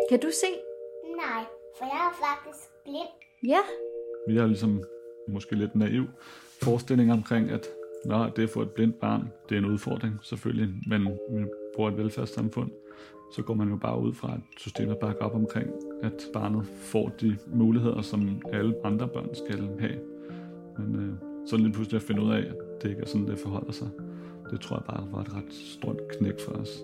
Kan du se? Nej, for jeg er faktisk blind. Ja. Vi har ligesom måske lidt naiv forestilling omkring, at det at få et blindt barn, det er en udfordring selvfølgelig, men vi bor i et velfærdssamfund, så går man jo bare ud fra, at systemet bakker op omkring, at barnet får de muligheder, som alle andre børn skal have. Men så lige pludselig at finde ud af, at det ikke er sådan, det forholder sig, det tror jeg bare var et ret stort knæk for os.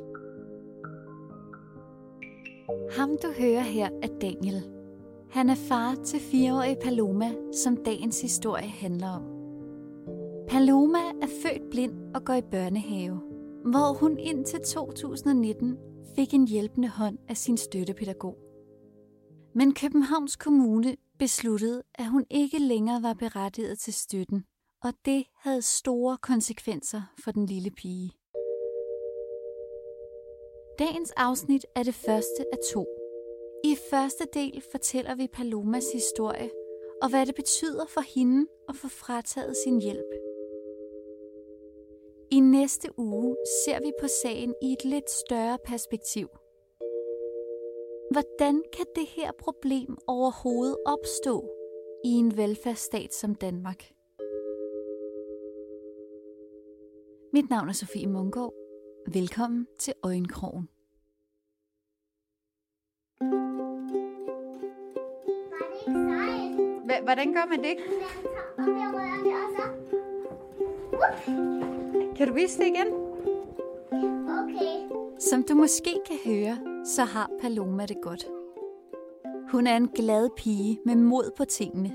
Ham du hører her er Daniel. Han er far til 4-årige Paloma, som dagens historie handler om. Paloma er født blind og går i børnehave, hvor hun indtil 2019 fik en hjælpende hånd af sin støttepædagog. Men Københavns Kommune besluttede, at hun ikke længere var berettiget til støtten, og det havde store konsekvenser for den lille pige. Dagens afsnit er det første af 2. I første del fortæller vi Palomas historie, og hvad det betyder for hende at få frataget sin hjælp. I næste uge ser vi på sagen i et lidt større perspektiv. Hvordan kan det her problem overhovedet opstå i en velfærdsstat som Danmark? Mit navn er Sofie Munggaard. Velkommen til Øjenkrogen. Hvordan gør man det? Kan du vise det igen? Okay. Som du måske kan høre, så har Paloma det godt. Hun er en glad pige med mod på tingene.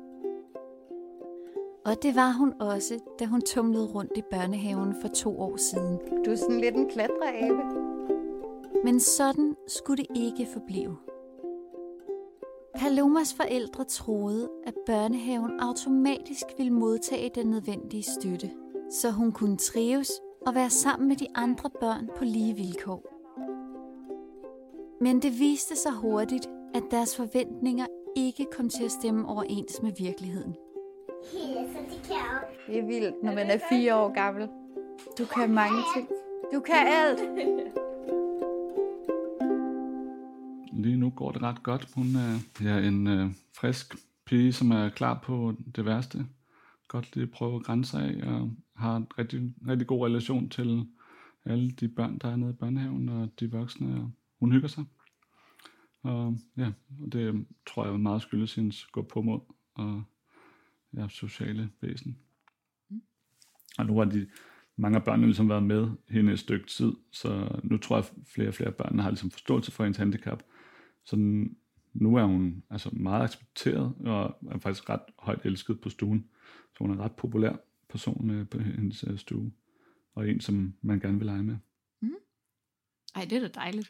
Og det var hun også, da hun tumlede rundt i børnehaven for 2 år siden. Du er sådan lidt en klatreabe. Men sådan skulle det ikke forblive. Palomas forældre troede, at børnehaven automatisk ville modtage den nødvendige støtte, så hun kunne trives og være sammen med de andre børn på lige vilkår. Men det viste sig hurtigt, at deres forventninger ikke kom til at stemme overens med virkeligheden. Så de kan op. Det er vildt, når man er 4 år gammel. Du kan mange ting. Du kan alt. Lige nu går det ret godt. Hun er en frisk pige, som er klar på det værste. Godt lige prøve grænser af og har en rigtig god relation til alle de børn, der er nede i børnehaven og de voksne. Og hun hygger sig. Og ja, det tror jeg meget skyldes hendes gå på mod og sociale væsen. Og nu har mange af børnene ligesom været med hende et stykke tid, så nu tror jeg, at flere og flere børn har ligesom forståelse for hendes handicap. Så nu er hun altså meget accepteret og er faktisk ret højt elsket på stuen. Så hun er en ret populær person på hendes stue, og en, som man gerne vil lege med. Ej, det er da dejligt.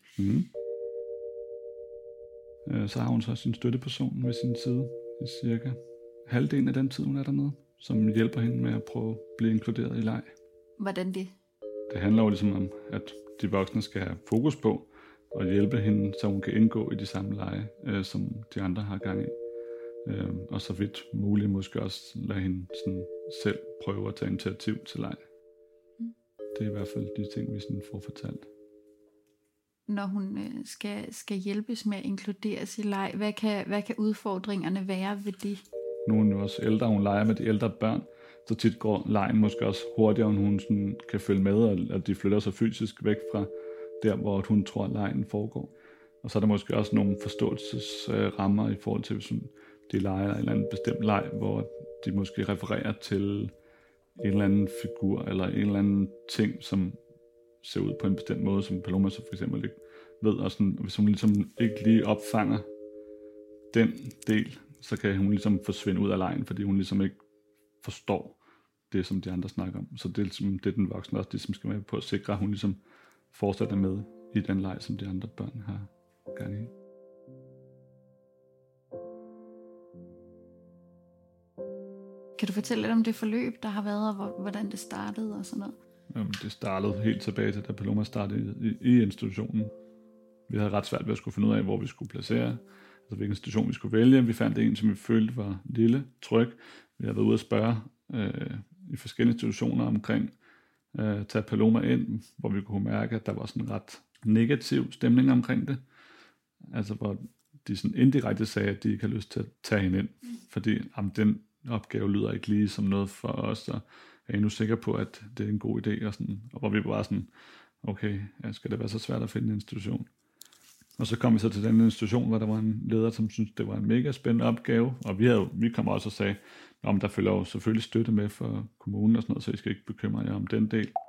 Så har hun så sin støtteperson ved sin side i cirka halvdelen af den tid, hun er dernede, som hjælper hende med at prøve at blive inkluderet i leg. Hvordan det? Det handler jo ligesom om, at de voksne skal have fokus på og hjælpe hende, så hun kan indgå i de samme lege, som de andre har gang i. Og så vidt muligt måske også lade hende sådan selv prøve at tage initiativ til leg. Det er i hvert fald de ting, vi sådan får fortalt. Når hun skal hjælpes med at inkluderes i leg, hvad kan udfordringerne være ved det? Nu er hun jo også ældre, hun leger med de ældre børn, så tit går legen måske også hurtigere, end hun sådan kan følge med, og de flytter sig fysisk væk fra der, hvor hun tror, at legen foregår. Og så er der måske også nogle forståelsesrammer i forhold til, hvis de leger en eller anden bestemt leg, hvor de måske refererer til en eller anden figur, eller en eller anden ting, som ser ud på en bestemt måde, som Paloma så for eksempel ikke ved, og sådan, hvis hun ligesom ikke lige opfanger den del, så kan hun ligesom forsvinde ud af legen, fordi hun ligesom ikke forstår det, som de andre snakker om. Så det er ligesom det, den voksne også ligesom skal være på at sikre, at hun ligesom fortsætter med i den leg, som de andre børn har gang i. Kan du fortælle lidt om det forløb, der har været, og hvordan det startede og sådan noget? Det startede helt tilbage til, da Paloma startede i institutionen. Vi havde ret svært ved at skulle finde ud af, hvor vi skulle placere, altså hvilken institution vi skulle vælge. Vi fandt en, som vi følte var lille, tryg. Vi havde været ude at spørge i forskellige institutioner omkring tage Paloma ind, hvor vi kunne mærke, at der var sådan en ret negativ stemning omkring det. Altså hvor de sådan indirekte sagde, at de ikke har lyst til at tage hende ind, fordi den opgave lyder ikke lige som noget for os, og er I nu sikker på, at det er en god idé, og hvor vi bare sådan, okay, skal det være så svært at finde en institution? Og så kom vi så til den institution, hvor der var en leder, som syntes, det var en mega spændende opgave, og vi kom også og sagde, om der følger jo selvfølgelig støtte med for kommunen og sådan noget, så I skal ikke bekymre jer om den del.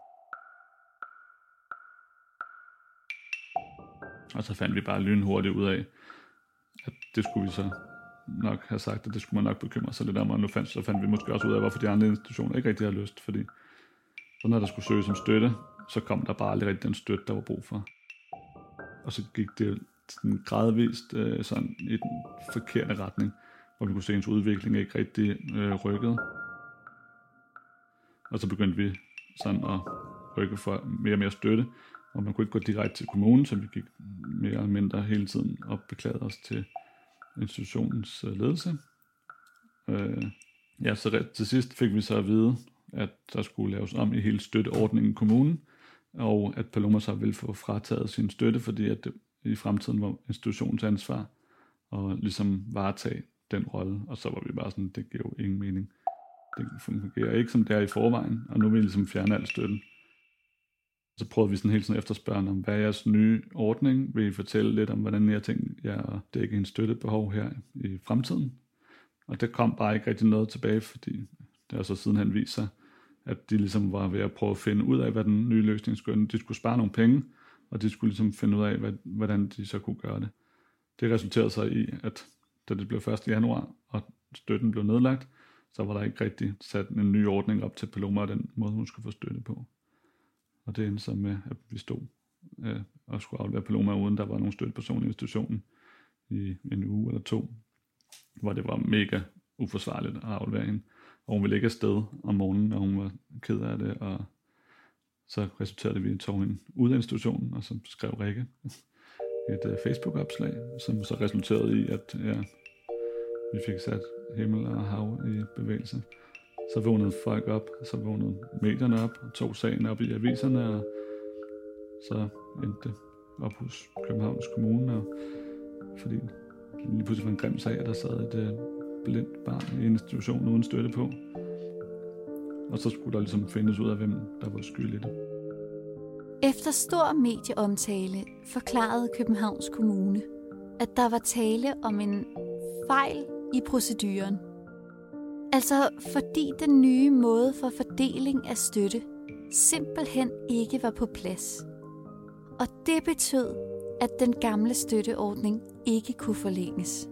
Og så fandt vi bare lynhurtigt ud af, at det skulle vi så nok have sagt, at det skulle man nok bekymre sig lidt om, og så fandt vi måske også ud af, hvorfor de andre institutioner ikke rigtig har lyst, fordi så når der skulle søges om støtte, så kom der bare aldrig rigtig den støtte, der var brug for. Og så gik det sådan gradvist sådan i den forkerte retning, hvor vi kunne se, at ens udvikling ikke rigtig rykkede. Og så begyndte vi sådan at rykke for mere og mere støtte, og man kunne ikke gå direkte til kommunen, så vi gik mere eller mindre hele tiden og beklagede os til institutionens ledelse. Så til sidst fik vi så at vide, at der skulle laves om i hele støtteordningen i kommunen, og at Paloma så ville få frataget sin støtte, fordi at det i fremtiden var institutionens ansvar og ligesom varetage den rolle. Og så var vi bare sådan, det giver jo ingen mening. Det fungerer ikke, som det er i forvejen, og nu vil vi ligesom fjerne al støtten. Så prøvede vi sådan hele tiden efterspørge om, hvad er jeres nye ordning? Vil I fortælle lidt om, hvordan jeg tænker jer at dække en støttebehov her i fremtiden? Og det kom bare ikke rigtig noget tilbage, fordi det har så sidenhen vist sig, at de ligesom var ved at prøve at finde ud af, hvad den nye løsning skulle. De skulle spare nogle penge, og de skulle ligesom finde ud af, hvordan de så kunne gøre det. Det resulterede så i, at da det blev 1. januar, og støtten blev nedlagt, så var der ikke rigtig sat en ny ordning op til Paloma og den måde, hun skulle få støtte på. Og det endte så med, at vi stod og skulle aflevere Paloma, uden der var nogen støtteperson i institutionen i en uge eller 2, hvor det var mega uforsvarligt at aflevere hende. Og hun ville ikke afsted om morgenen, og hun var ked af det, og så resulterede det, at vi tog hende ud af institutionen, og så skrev Rikke et Facebook-opslag, som så resulterede i, at vi fik sat himmel og hav i bevægelse. Så vågnede folk op, så vågnede medierne op, og tog sagen op i aviserne, og så endte det op hos Københavns Kommune, og fordi lige pludselig var en grim sag, at der sad et blindt barn i en institution uden støtte på. Og så skulle der ligesom findes ud af, hvem der var skyld i det. Efter stor medieomtale forklarede Københavns Kommune, at der var tale om en fejl i proceduren. Altså fordi den nye måde for fordeling af støtte simpelthen ikke var på plads. Og det betød, at den gamle støtteordning ikke kunne forlænges.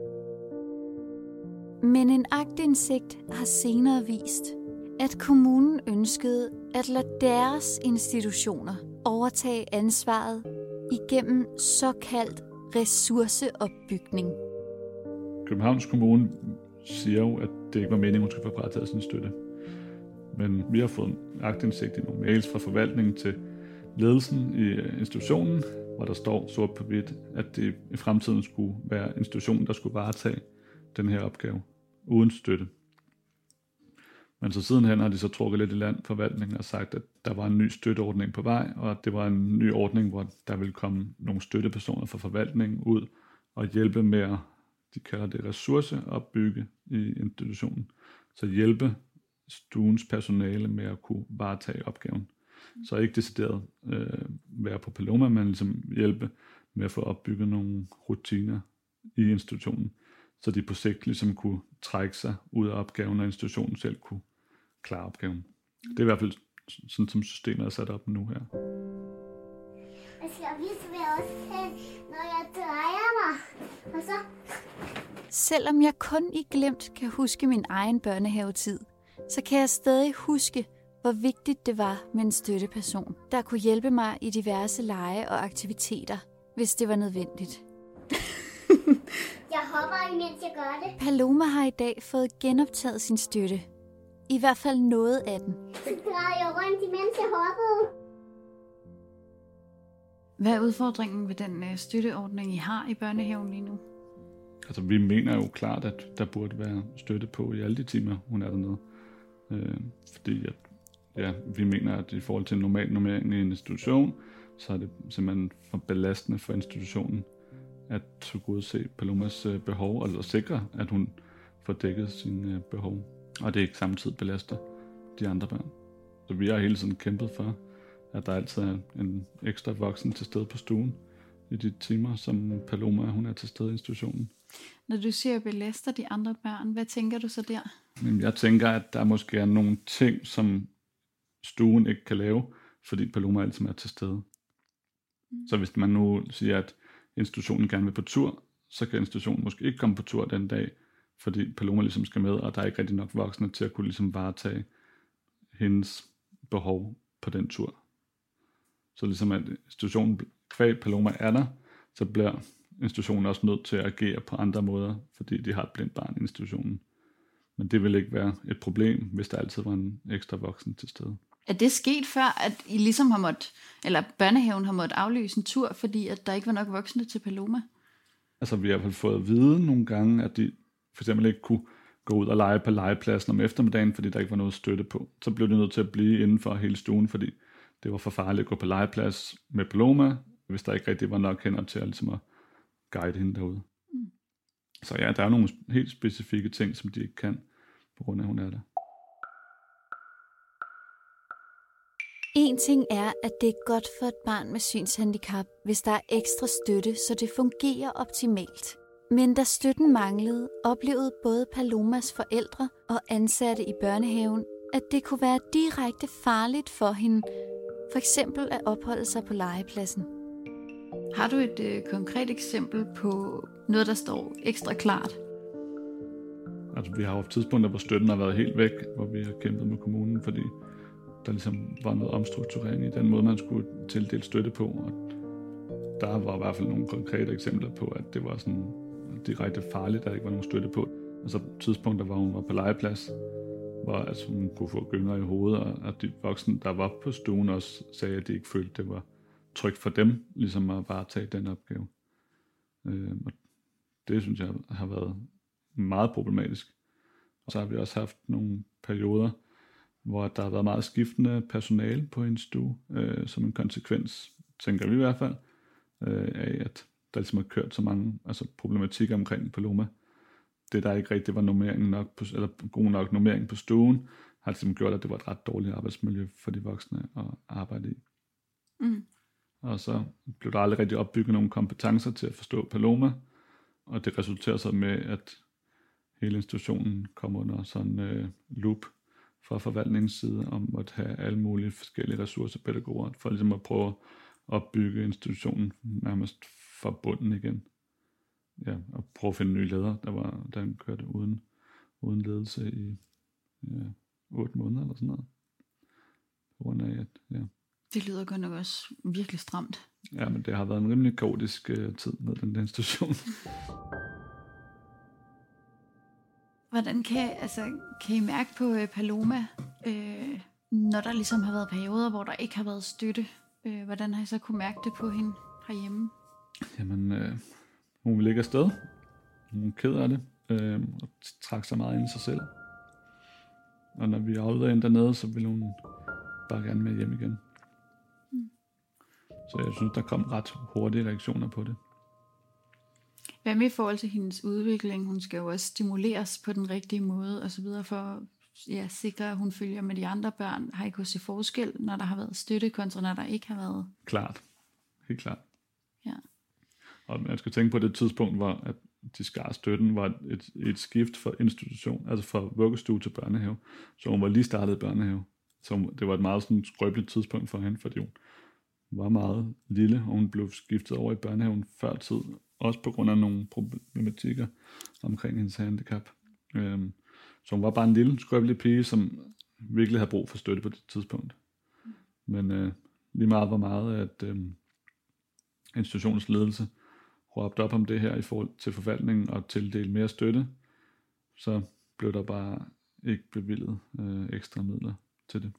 Men en aktindsigt har senere vist, at kommunen ønskede at lade deres institutioner overtage ansvaret igennem såkaldt ressourceopbygning. Københavns Kommune siger jo, at det ikke var meningen, hun skulle få frataget sin støtte. Men vi har fået aktindsigt i nogle mails fra forvaltningen til ledelsen i institutionen, hvor der står sort på hvidt, at det i fremtiden skulle være institutionen, der skulle varetage den her opgave uden støtte. Men så sidenhen har de så trukket lidt i land forvaltningen og sagt, at der var en ny støtteordning på vej, og at det var en ny ordning, hvor der ville komme nogle støttepersoner fra forvaltningen ud og hjælpe med at, de kalder det ressourceopbygge i institutionen. Så hjælpe stuens personale med at kunne varetage opgaven. Så ikke decideret være på Paloma, men ligesom hjælpe med at få opbygget nogle rutiner i institutionen, så de på sigt ligesom kunne trække sig ud af opgaven, og institutionen selv kunne klare opgaven. Det er i hvert fald sådan, som systemet er sat op nu her. Jeg skal vise mig også hen, når jeg drejer mig. Og så... Selvom jeg kun i glimt kan huske min egen børnehavetid, så kan jeg stadig huske, hvor vigtigt det var med en støtteperson, der kunne hjælpe mig i diverse lege og aktiviteter, hvis det var nødvendigt. Jeg hopper, imens jeg gør det. Paloma har i dag fået genoptaget sin støtte. I hvert fald noget af den. Så drejer jeg rundt, imens jeg hoppede. Hvad er udfordringen ved den støtteordning, I har i børnehaven lige nu? Altså, vi mener jo klart, at der burde være støtte på i alle de timer, hun er dernede. Fordi at, vi mener, at i forhold til en normal normering i en institution, så er det simpelthen for belastende for institutionen at tilgodese Palomas behov, eller sikre, at hun får dækket sine behov, og det ikke samtidig belaster de andre børn. Så vi har hele tiden kæmpet for, at der altid er en ekstra voksen til stede på stuen i de timer, som Paloma hun er til stede i institutionen. Når du siger belaster de andre børn, hvad tænker du så der? Men jeg tænker, at der måske er nogle ting, som stuen ikke kan lave, fordi Paloma altid er til stede. Så hvis man nu siger, at institutionen gerne vil på tur, så kan institutionen måske ikke komme på tur den dag, fordi Paloma ligesom skal med, og der er ikke rigtig nok voksne til at kunne ligesom varetage hendes behov på den tur. Så ligesom at institutionen, kvæg Paloma er der, så bliver institutionen også nødt til at agere på andre måder, fordi de har et blindt barn i institutionen. Men det vil ikke være et problem, hvis der altid var en ekstra voksen til stede. Er det sket før, at I ligesom har måttet, eller børnehaven har måttet aflyse en tur, fordi at der ikke var nok voksne til Paloma? Altså vi har i hvert fald fået at vide nogle gange, at de for eksempel ikke kunne gå ud og lege på legepladsen om eftermiddagen, fordi der ikke var noget støtte på. Så blev de nødt til at blive inden for hele stuen, fordi det var for farligt at gå på legeplads med Paloma, hvis der ikke rigtig var nok hænder til at, ligesom at guide hende derude. Så ja, der er nogle helt specifikke ting, som de ikke kan, på grund af, at hun er der. En ting er, at det er godt for et barn med synshandicap, hvis der er ekstra støtte, så det fungerer optimalt. Men da støtten manglede, oplevede både Palomas forældre og ansatte i børnehaven, at det kunne være direkte farligt for hende, for eksempel at opholde sig på legepladsen. Har du et konkret eksempel på noget, der står ekstra klart? Altså vi har jo haft tidspunkter, hvor støtten har været helt væk, hvor vi har kæmpet med kommunen, fordi der ligesom var noget omstrukturering i den måde, man skulle tildele støtte på. Og der var i hvert fald nogle konkrete eksempler på, at det var sådan direkte farligt, at der ikke var nogen støtte på. Altså tidspunkter, hvor hun var på legeplads, hvor altså, hun kunne få gynger i hovedet, og de voksne, der var på stuen, også sagde, at de ikke følte, det var trygt for dem, ligesom at varetage den opgave. Og det synes jeg har været meget problematisk. Og så har vi også haft nogle perioder, hvor der har været meget skiftende personale på en stue, som en konsekvens, tænker vi i hvert fald, af at der ligesom har kørt så mange problematikker omkring Paloma. Det der ikke rigtig var normering nok på, eller god nok normering på stuen, har ligesom gjort, at det var et ret dårligt arbejdsmiljø for de voksne at arbejde i. Og så blev der aldrig rigtig opbygget nogle kompetencer til at forstå Paloma, og det resulterer så med, at hele institutionen kom under sådan loop fra forvaltningens side om at have alle mulige forskellige ressourcepædagoger, for ligesom at prøve at opbygge institutionen nærmest fra bunden igen. Ja, og prøve at finde en ny leder, der kørte uden ledelse i 8 måneder eller sådan noget. På grund af, at, ja. Det lyder godt nok også virkelig stramt. Ja, men det har været en rimelig kaotisk tid med den institution. Hvordan kan I mærke på Paloma, når der ligesom har været perioder, hvor der ikke har været støtte? Hvordan har I så kunne mærke det på hende herhjemme? Jamen, hun vil ikke afsted. Hun er ked af det, og trak sig meget ind i sig selv. Og når vi er ude og dernede, så vil hun bare gerne med hjem igen. Så jeg synes, der kom ret hurtige reaktioner på det. Hvad med i forhold til hendes udvikling? Hun skal jo også stimuleres på den rigtige måde, og så videre for at sikre, at hun følger med de andre børn. Har I kunnet se forskel, når der har været støtte, kontra når der ikke har været? Klart. Helt klart. Ja. Og man skal tænke på det tidspunkt, hvor at de skar støtten, var et skift fra institution, altså fra vuggestue til børnehave. Så hun var lige startet i børnehave. Så det var et meget sådan skrøbeligt tidspunkt for hende, fordi hun var meget lille, og hun blev skiftet over i børnehaven før tid, også på grund af nogle problematikker omkring hendes handicap. Så hun var bare en lille, skrøbelig pige, som virkelig havde brug for støtte på det tidspunkt. Men lige meget var meget, at institutionens ledelse råbte op om det her i forhold til forvaltningen og tildele mere støtte, så blev der bare ikke bevilget ekstra midler til det.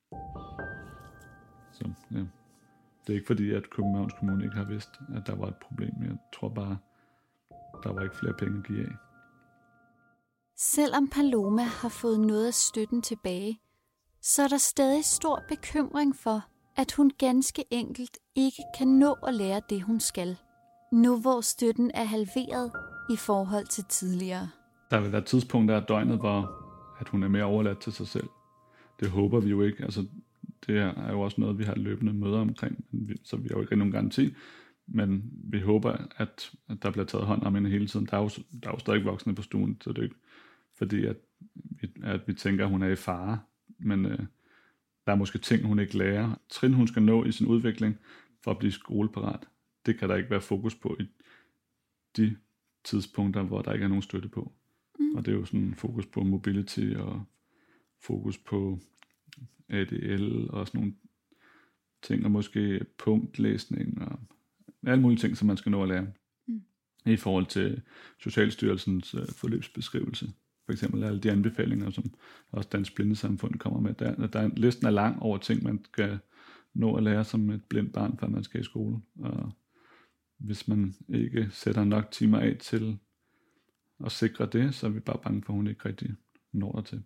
Så ja. Det er ikke fordi, at Københavns Kommune ikke har vidst, at der var et problem. Jeg tror bare, der var ikke flere penge at give af. Selvom Paloma har fået noget af støtten tilbage, så er der stadig stor bekymring for, at hun ganske enkelt ikke kan nå at lære det, hun skal. nu hvor støtten er halveret i forhold til tidligere. Der vil være tidspunkter af døgnet, hvor at hun er mere overladt til sig selv. Det håber vi jo ikke. Altså, det er jo også noget, vi har løbende møder omkring, så vi har jo ikke nogen garanti. Men vi håber, at der bliver taget hånd om hende hele tiden. Der er jo stadig voksne på stuen, så det er ikke fordi, at vi tænker, at hun er i fare. Men der er måske ting, hun ikke lærer. Trin, hun skal nå i sin udvikling for at blive skoleparat. Det kan der ikke være fokus på i de tidspunkter, hvor der ikke er nogen støtte på. Og det er jo sådan fokus på mobility og fokus på ADL og sådan nogle ting, og måske punktlæsning og alle mulige ting, som man skal nå at lære. I forhold til Socialstyrelsens forløbsbeskrivelse. For eksempel alle de anbefalinger, som også Dansk Blindesamfund kommer med. Listen er lang over ting, man skal nå at lære som et blindt barn, før man skal i skole. Og hvis man ikke sætter nok timer af til at sikre det, så er vi bare bange for, at hun ikke rigtig når dertil.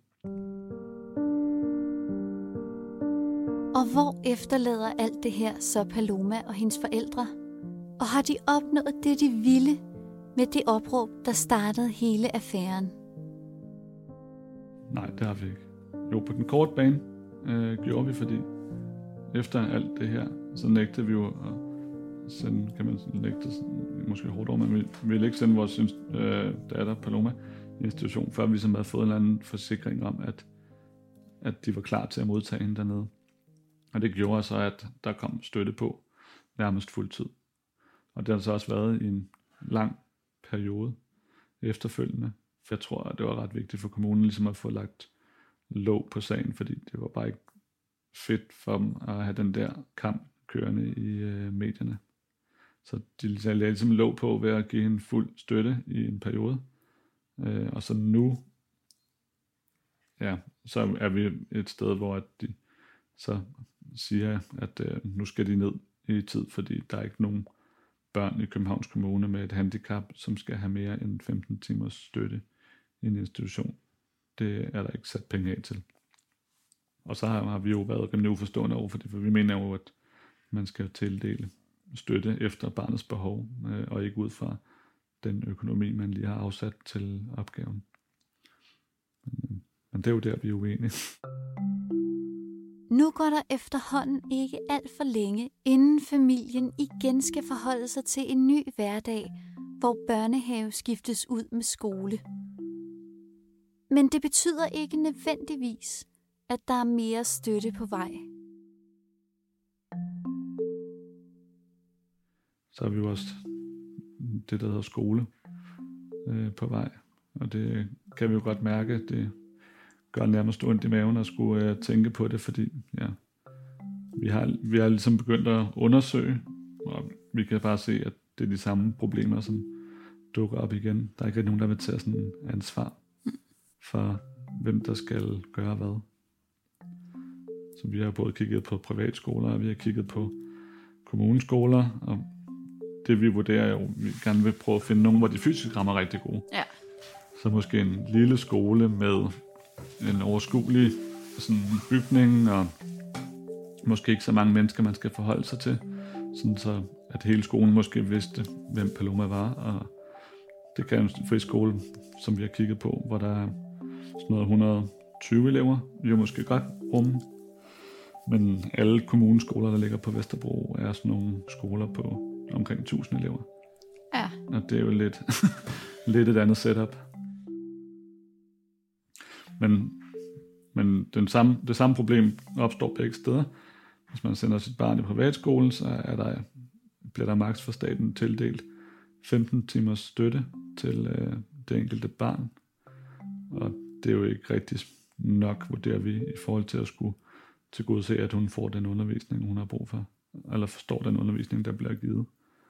Og hvor efterlader alt det her så Paloma og hendes forældre? Og har de opnået det, de ville med det opråb, der startede hele affæren? Nej, det har vi ikke. Jo, på den korte bane gjorde vi, fordi efter alt det her, så nægtede vi jo at sende, kan man nægte, måske hårdt over, men vi ville ikke sende vores datter Paloma i institution, før vi så havde fået en eller anden forsikring om, at de var klar til at modtage hende dernede. Og det gjorde så, at der kom støtte på nærmest fuldtid. Og det har så også været i en lang periode efterfølgende. For jeg tror, at det var ret vigtigt for kommunen ligesom at få lagt låg på sagen, fordi det var bare ikke fedt for dem at have den der kamp kørende i medierne. Så de lagde ligesom låg på ved at give hende fuld støtte i en periode. Og så nu, ja, så er vi et sted, hvor at de så siger, at nu skal de ned i tid, fordi der er ikke nogen børn i Københavns Kommune med et handicap, som skal have mere end 15 timers støtte i en institution. Det er der ikke sat penge af til. Og så har vi jo været rimelig uforstående over for det, for vi mener jo, at man skal tildele støtte efter barnets behov, og ikke ud fra den økonomi, man lige har afsat til opgaven. Men det er jo der, vi er uenige. Nu går der efterhånden ikke alt for længe, inden familien igen skal forholde sig til en ny hverdag, hvor børnehave skiftes ud med skole. Men det betyder ikke nødvendigvis, at der er mere støtte på vej. Så har vi jo også det, der hedder skole på vej. Og det kan vi jo godt mærke, det gør nærmest ondt i maven at skulle tænke på det, fordi ja, vi har ligesom begyndt at undersøge, og vi kan bare se, at det er de samme problemer, som dukker op igen. Der er ikke nogen, der vil tage sådan ansvar for, hvem der skal gøre hvad. Så vi har både kigget på privatskoler, og vi har kigget på kommuneskoler, og det vi vurderer er jo, at vi gerne vil prøve at finde nogen, hvor de fysisk rammer rigtig gode. Ja. Så måske en lille skole med en overskuelig sådan bygning, og måske ikke så mange mennesker, man skal forholde sig til, sådan så at hele skolen måske vidste, hvem Paloma var. Og det kan en friskole, som vi har kigget på, hvor der er sådan noget 120 elever, jo måske godt rumme. Men alle kommuneskoler, der ligger på Vesterbro, er sådan nogle skoler på omkring 1000 elever. Ja. Og det er jo lidt, lidt et andet setup. Men det samme problem opstår begge steder. Hvis man sender sit barn i privatskole, så bliver der maks for staten tildelt 15 timers støtte til det enkelte barn. Og det er jo ikke rigtig nok, vurderer vi, i forhold til at skulle tilgodese, at hun får den undervisning, hun har brug for. Eller forstår den undervisning, der bliver givet.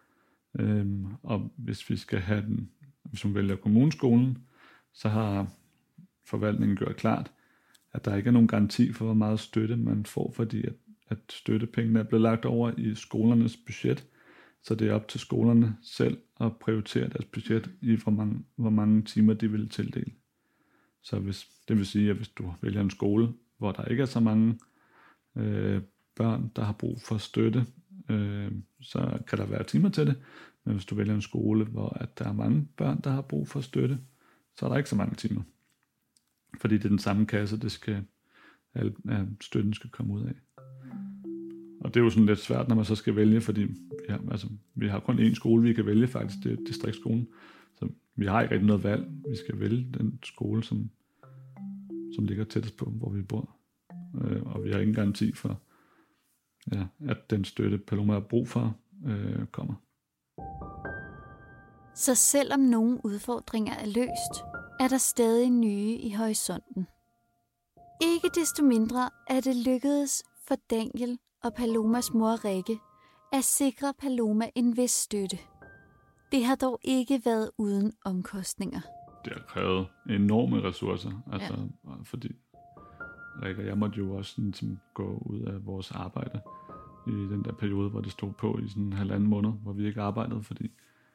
Og hvis vi skal have den, hvis hun vælger kommuneskolen, så har forvaltningen gjort klart, at der ikke er nogen garanti for, hvor meget støtte man får, fordi at støttepengene er blevet lagt over i skolernes budget, så det er op til skolerne selv at prioritere deres budget i, hvor mange timer de vil tildele. Så det vil sige, at hvis du vælger en skole, hvor der ikke er så mange børn, der har brug for støtte, så kan der være timer til det. Men hvis du vælger en skole, hvor at der er mange børn, der har brug for støtte, så er der ikke så mange timer. Fordi det er den samme kasse, støtten skal komme ud af. Og det er jo sådan lidt svært, når man så skal vælge, fordi vi har kun én skole, vi kan vælge faktisk, det er distriktsskolen. Så vi har ikke rigtig noget valg. Vi skal vælge den skole, som ligger tættest på, hvor vi bor. Og vi har ingen garanti for, at den støtte, Paloma har brug for, kommer. Så selvom nogle udfordringer er løst, er der stadig nye i horisonten. Ikke desto mindre er det lykkedes for Daniel og Palomas mor Rikke at sikre Paloma en vis støtte. Det har dog ikke været uden omkostninger. Det har krævet enorme ressourcer, fordi Rikke og jeg måtte jo også sådan, gå ud af vores arbejde i den der periode, hvor det stod på i sådan 1,5 måned, hvor vi ikke arbejdede, fordi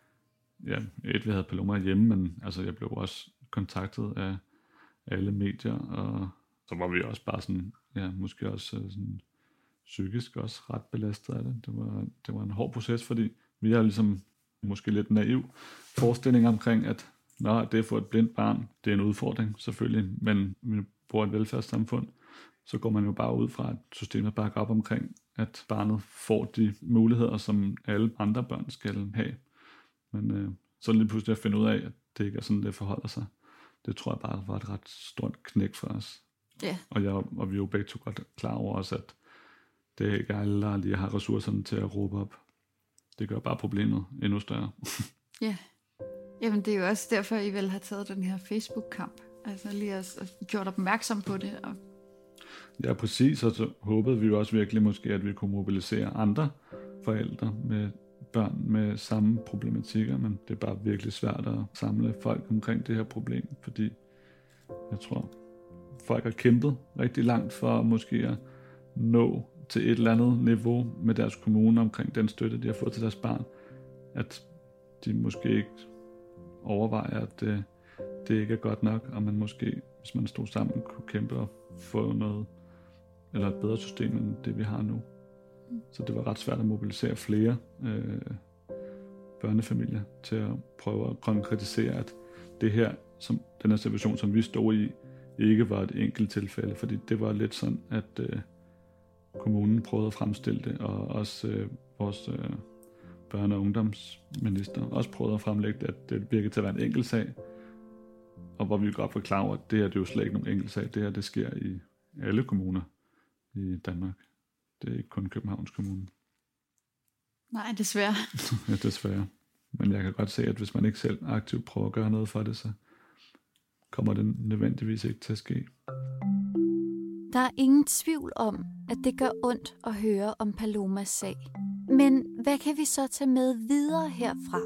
vi havde Paloma hjemme, men jeg blev også kontaktet af alle medier, og så var vi også bare sådan, måske også sådan psykisk også ret belastet af det. Det var en hård proces, fordi vi har ligesom måske lidt naiv forestilling omkring, at det at få et blindt barn, det er en udfordring selvfølgelig, men vi bor i et velfærdssamfund, så går man jo bare ud fra, at systemet bakker op omkring, at barnet får de muligheder, som alle andre børn skal have. Men så lige pludselig at finde ud af, at det ikke er sådan, det forholder sig. Det tror jeg bare var et ret stort knæk for os. Yeah. Og vi er jo begge to godt klar over os, at det er ikke alle, der lige har ressourcerne til at råbe op. Det gør bare problemet endnu større. Ja. Jamen det er jo også derfor, I vel har taget den her Facebook-kamp. Altså lige at gjort opmærksom på det. Og... Ja, præcis. Og så håbede vi jo også virkelig måske, at vi kunne mobilisere andre forældre med børn med samme problematikker, men det er bare virkelig svært at samle folk omkring det her problem, fordi jeg tror, folk har kæmpet rigtig langt for måske at nå til et eller andet niveau med deres kommune omkring den støtte, de har fået til deres barn, at de måske ikke overvejer, at det ikke er godt nok, og man måske, hvis man stod sammen, kunne kæmpe og få noget, eller et bedre system end det, vi har nu. Så det var ret svært at mobilisere flere børnefamilier til at prøve at konkretisere, at det her, som den her situation, som vi stod i, ikke var et enkelt tilfælde, fordi det var lidt sådan, at kommunen prøvede at fremstille det, og også vores børne- og ungdomsminister også prøvede at fremlægge, at det virkede til at være en enkelt sag, og hvor vi godt var klar over, at det her det er jo slet ikke nogen enkelt sag. Det her det sker i alle kommuner i Danmark. Det er ikke kun Københavns Kommune. Nej, desværre. Ja, desværre. Men jeg kan godt se, at hvis man ikke selv aktivt prøver at gøre noget for det, så kommer det nødvendigvis ikke til at ske. Der er ingen tvivl om, at det gør ondt at høre om Palomas sag. Men hvad kan vi så tage med videre herfra?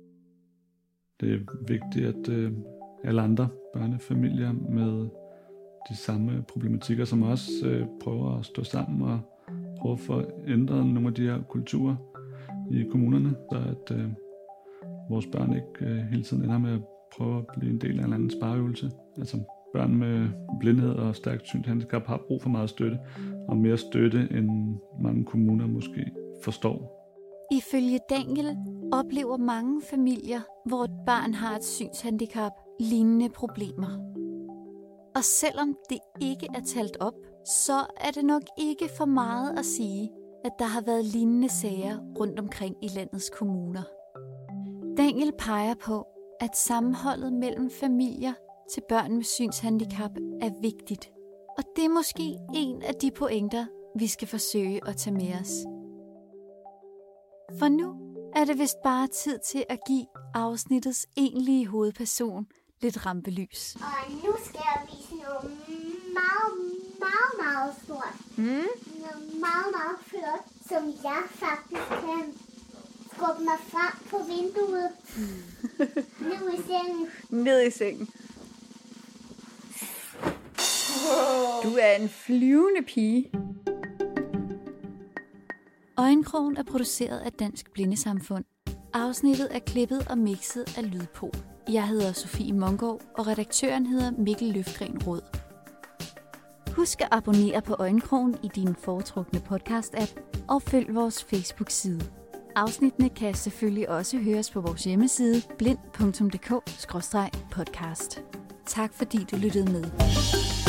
Det er vigtigt, at alle andre børnefamilier med de samme problematikker som os prøver at stå sammen og prøve at få ændret nogle af de her kulturer i kommunerne, så at vores børn ikke hele tiden ender med at prøve at blive en del af en eller anden spareøvelse. Altså børn med blindhed og stærkt synshandicap har brug for meget støtte, og mere støtte, end mange kommuner måske forstår. Ifølge Daniel oplever mange familier, hvor et barn har et synshandicap, lignende problemer. Og selvom det ikke er talt op, så er det nok ikke for meget at sige, at der har været lignende sager rundt omkring i landets kommuner. Daniel peger på, at sammenholdet mellem familier til børn med synshandicap er vigtigt. Og det er måske en af de pointer, vi skal forsøge at tage med os. For nu er det vist bare tid til at give afsnittets egentlige hovedperson lidt rampelys. Og nu skal jeg vise noget meget stort. Noget meget flot, som jeg faktisk kan skubbe mig frem på vinduet. Ned i sengen. Ned i sengen. Du er en flyvende pige. Øjenkrogen er produceret af Dansk Blindesamfund. Afsnittet er klippet og mixet af Lydpol. Jeg hedder Sofie Mongård, og redaktøren hedder Mikkel Løfgren Rød. Husk at abonnere på Øjenkrogen i din foretrukne podcast-app, og følg vores Facebook-side. Afsnittene kan selvfølgelig også høres på vores hjemmeside blind.dk/podcast. Tak fordi du lyttede med.